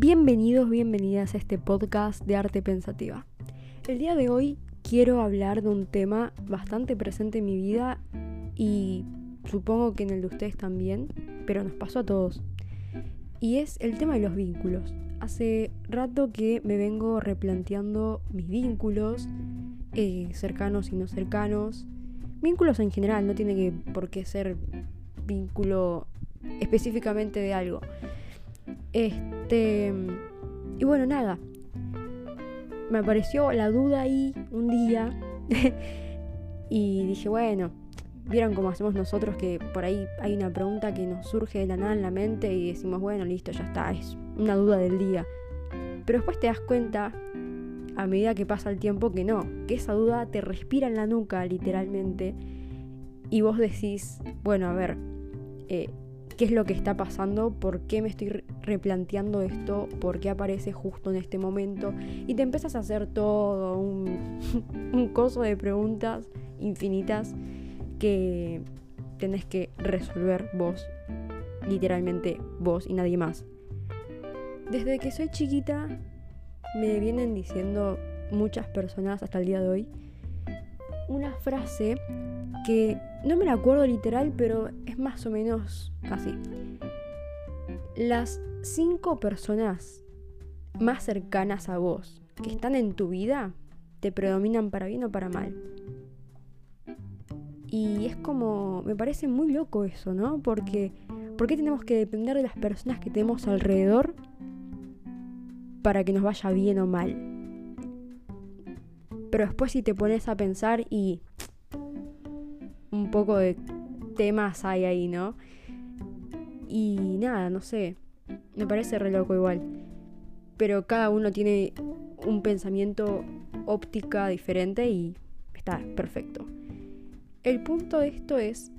Bienvenidos, bienvenidas a este podcast de Arte Pensativa. El día de hoy quiero hablar de un tema bastante presente en mi vida y supongo que en el de ustedes también, pero nos pasó a todos. Y es el tema de los vínculos. Hace rato que me vengo replanteando mis vínculos, cercanos y no cercanos. Vínculos en general, no tiene por qué ser vínculo específicamente de algo. Y bueno, nada. Me apareció la duda ahí un día y dije, bueno, vieron cómo hacemos nosotros, que por ahí hay una pregunta que nos surge de la nada en la mente y decimos, bueno, listo, ya está, es una duda del día. Pero después te das cuenta, a medida que pasa el tiempo, que no, que esa duda te respira en la nuca, literalmente, y vos decís, bueno, a ver, ¿qué es lo que está pasando? ¿Por qué me estoy replanteando esto? ¿Por qué aparece justo en este momento? Y te empiezas a hacer todo un coso de preguntas infinitas que tenés que resolver vos, literalmente vos y nadie más. Desde que soy chiquita me vienen diciendo muchas personas hasta el día de hoy una frase que no me la acuerdo literal, pero es más o menos así. Las 5 personas más cercanas a vos que están en tu vida te predominan para bien o para mal. Y es como, me parece muy loco eso, ¿no? Porque ¿por qué tenemos que depender de las personas que tenemos alrededor para que nos vaya bien o mal? Pero después si te pones a pensar y un poco de temas hay ahí, ¿no? Y nada, no sé, me parece re loco igual. Pero cada uno tiene un pensamiento óptica diferente y está perfecto. El punto de esto es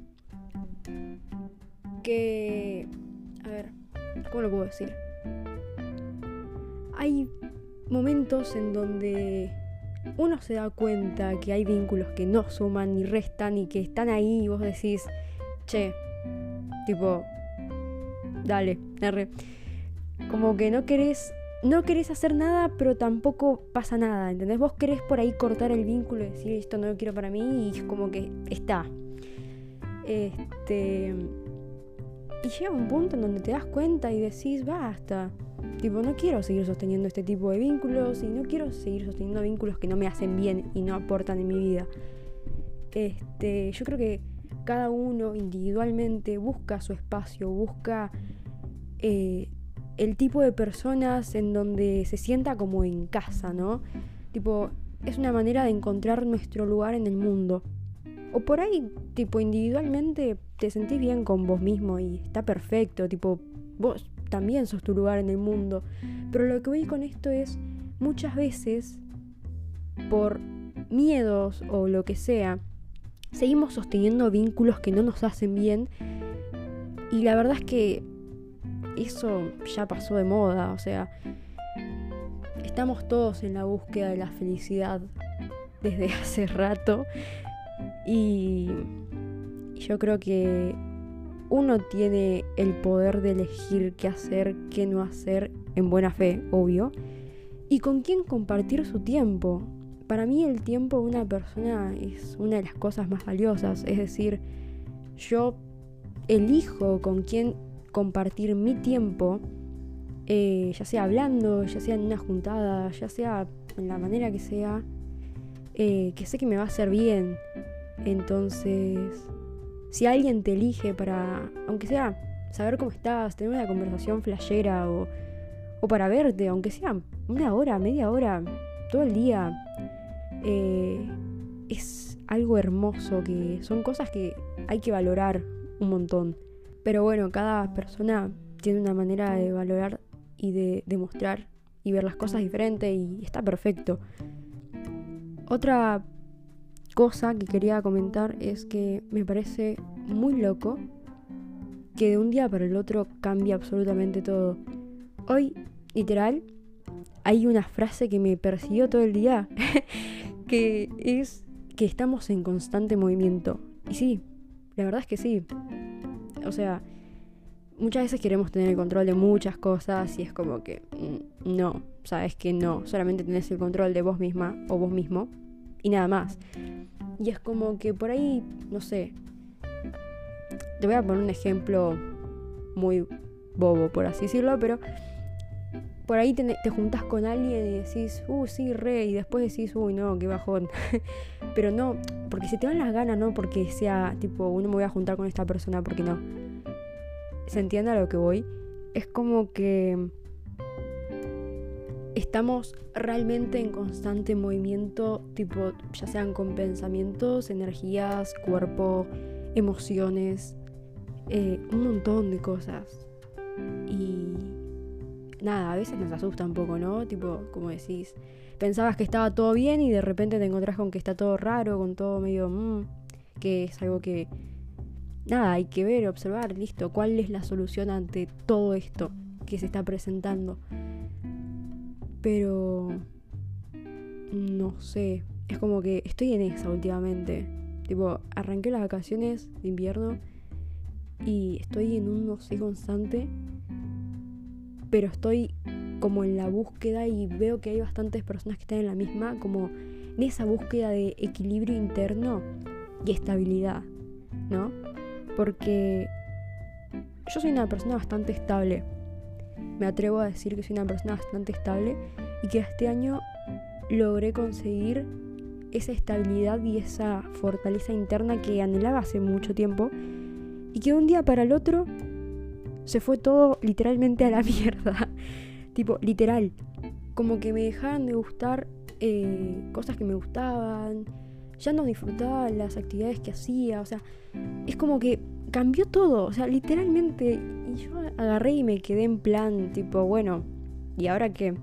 que, a ver, ¿cómo lo puedo decir? Hay momentos en donde uno se da cuenta que hay vínculos que no suman ni restan y que están ahí y vos decís, che, tipo, dale, arre. Como que no querés hacer nada, pero tampoco pasa nada, ¿entendés? Vos querés por ahí cortar el vínculo y decir, esto no lo quiero para mí, y es como que está. Y llega un punto en donde te das cuenta y decís, basta. Tipo, no quiero seguir sosteniendo este tipo de vínculos y no quiero seguir sosteniendo vínculos que no me hacen bien y no aportan en mi vida. Yo creo que cada uno individualmente busca su espacio, busca el tipo de personas en donde se sienta como en casa, ¿no? Tipo, es una manera de encontrar nuestro lugar en el mundo. O por ahí, tipo, individualmente te sentís bien con vos mismo y está perfecto, tipo, vos también sos tu lugar en el mundo. Pero lo que voy con esto es, muchas veces, por miedos o lo que sea, seguimos sosteniendo vínculos que no nos hacen bien. Y la verdad es que eso ya pasó de moda. O sea, estamos todos en la búsqueda de la felicidad desde hace rato. Y yo creo que uno tiene el poder de elegir qué hacer, qué no hacer, en buena fe, obvio, y con quién compartir su tiempo. Para mí el tiempo de una persona es una de las cosas más valiosas, es decir, yo elijo con quién compartir mi tiempo, ya sea hablando, ya sea en una juntada, ya sea en la manera que sea, que sé que me va a hacer bien. Entonces, si alguien te elige para, aunque sea saber cómo estás, tener una conversación flashera o para verte, aunque sea una hora, media hora, todo el día, es algo hermoso, que son cosas que hay que valorar un montón. Pero bueno, cada persona tiene una manera de valorar y de demostrar y ver las cosas diferente y está perfecto. Otra cosa que quería comentar es que me parece muy loco que de un día para el otro cambia absolutamente todo. Hoy, literal, hay una frase que me persiguió todo el día que es que estamos en constante movimiento. Y sí, la verdad es que sí. O sea, muchas veces queremos tener el control de muchas cosas y es como que no, sabes que no, solamente tenés el control de vos misma o vos mismo y nada más. Y es como que por ahí, no sé, te voy a poner un ejemplo muy bobo, por así decirlo, pero por ahí te juntás con alguien y decís, sí, re, y después decís, no, qué bajón. Pero no, porque se te van las ganas, no porque sea tipo, no me voy a juntar con esta persona, porque no. ¿Se entiende a lo que voy? Es como que estamos realmente en constante movimiento, tipo, ya sean con pensamientos, energías, cuerpo, emociones, un montón de cosas. Y nada, a veces nos asusta un poco, ¿no? Tipo, como decís, pensabas que estaba todo bien y de repente te encontrás con que está todo raro, con todo medio, que es algo que, nada, hay que ver, observar, listo, ¿cuál es la solución ante todo esto que se está presentando? Pero no sé, es como que estoy en esa últimamente. Tipo, arranqué las vacaciones de invierno y estoy en un no sé constante, pero estoy como en la búsqueda y veo que hay bastantes personas que están en la misma, como en esa búsqueda de equilibrio interno y estabilidad, ¿no? Porque yo soy una persona bastante estable. Me atrevo a decir que soy una persona bastante estable y que este año logré conseguir esa estabilidad y esa fortaleza interna que anhelaba hace mucho tiempo y que de un día para el otro se fue todo literalmente a la mierda. Tipo, literal. Como que me dejaron de gustar cosas que me gustaban. Ya no disfrutaba las actividades que hacía. O sea, es como que cambió todo. O sea, literalmente. Y yo agarré y me quedé en plan, tipo, bueno, ¿y ahora qué?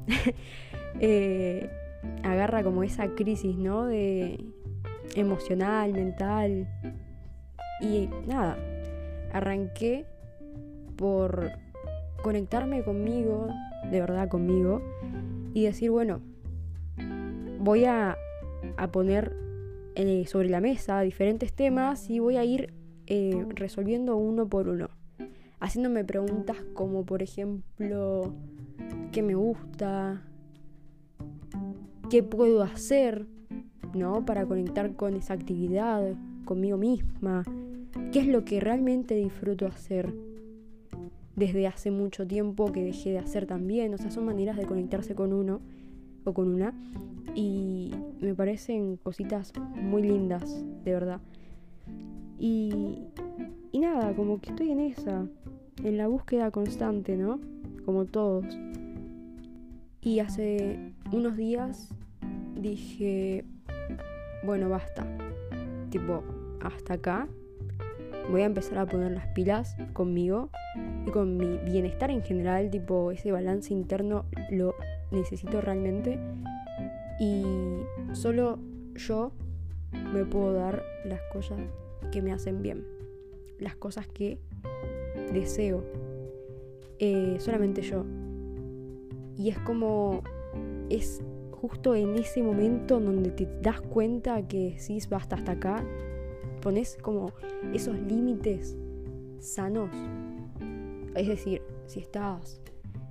Agarra como esa crisis, ¿no? De emocional, mental. Y nada, arranqué por conectarme conmigo, de verdad conmigo, y decir, bueno, voy a poner sobre la mesa diferentes temas y voy a ir resolviendo uno por uno, haciéndome preguntas como, por ejemplo, ¿qué me gusta? ¿Qué puedo hacer, ¿no? Para conectar con esa actividad, conmigo misma. ¿Qué es lo que realmente disfruto hacer? Desde hace mucho tiempo que dejé de hacer también. O sea, son maneras de conectarse con uno o con una. Y me parecen cositas muy lindas, de verdad. Y nada, como que estoy en esa, en la búsqueda constante, ¿no? Como todos. Y hace unos días dije, bueno, basta. Tipo, hasta acá. Voy a empezar a poner las pilas conmigo y con mi bienestar en general, tipo ese balance interno lo necesito realmente y solo yo me puedo dar las cosas que me hacen bien, las cosas que deseo, solamente yo. Y es como, es justo en ese momento donde te das cuenta que decís basta hasta acá, pones como esos límites sanos. Es decir, si estás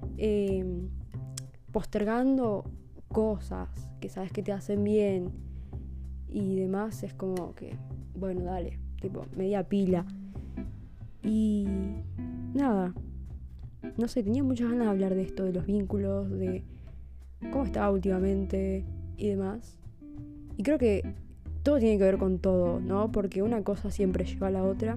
postergando cosas que sabes que te hacen bien y demás, es como que, bueno, dale, tipo, media pila. Y nada, no sé, tenía muchas ganas de hablar de esto, de los vínculos, de cómo estaba últimamente y demás. Y creo que todo tiene que ver con todo, ¿no? Porque una cosa siempre lleva a la otra.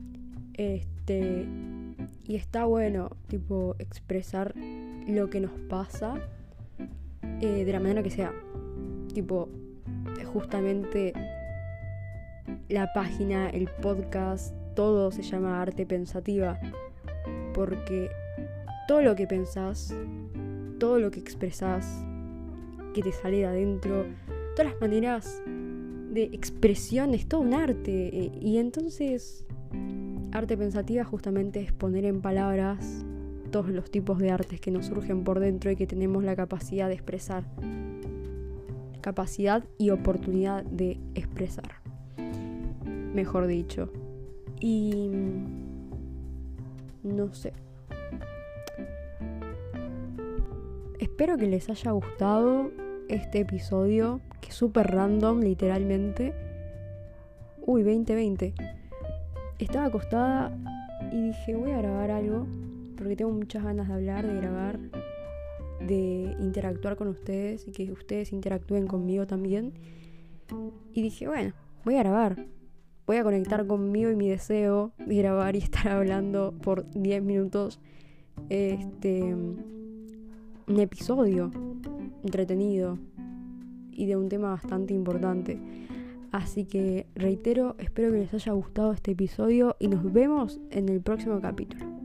Y está bueno, tipo, expresar lo que nos pasa de la manera que sea. Tipo, justamente la página, el podcast, todo se llama Arte Pensativa. Porque todo lo que pensás, todo lo que expresás, que te sale de adentro, todas las maneras de expresión, es todo un arte. Y entonces, arte pensativa justamente es poner en palabras todos los tipos de artes que nos surgen por dentro y que tenemos la capacidad de expresar. Capacidad y oportunidad de expresar, mejor dicho. Y no sé. Espero que les haya gustado este episodio, que es súper random, literalmente. 2020. Estaba acostada y dije, voy a grabar algo, porque tengo muchas ganas de hablar, de grabar, de interactuar con ustedes y que ustedes interactúen conmigo también. Y dije, bueno, voy a grabar. Voy a conectar conmigo y mi deseo de grabar y estar hablando por 10 minutos un episodio entretenido y de un tema bastante importante. Así que reitero, espero que les haya gustado este episodio y nos vemos en el próximo capítulo.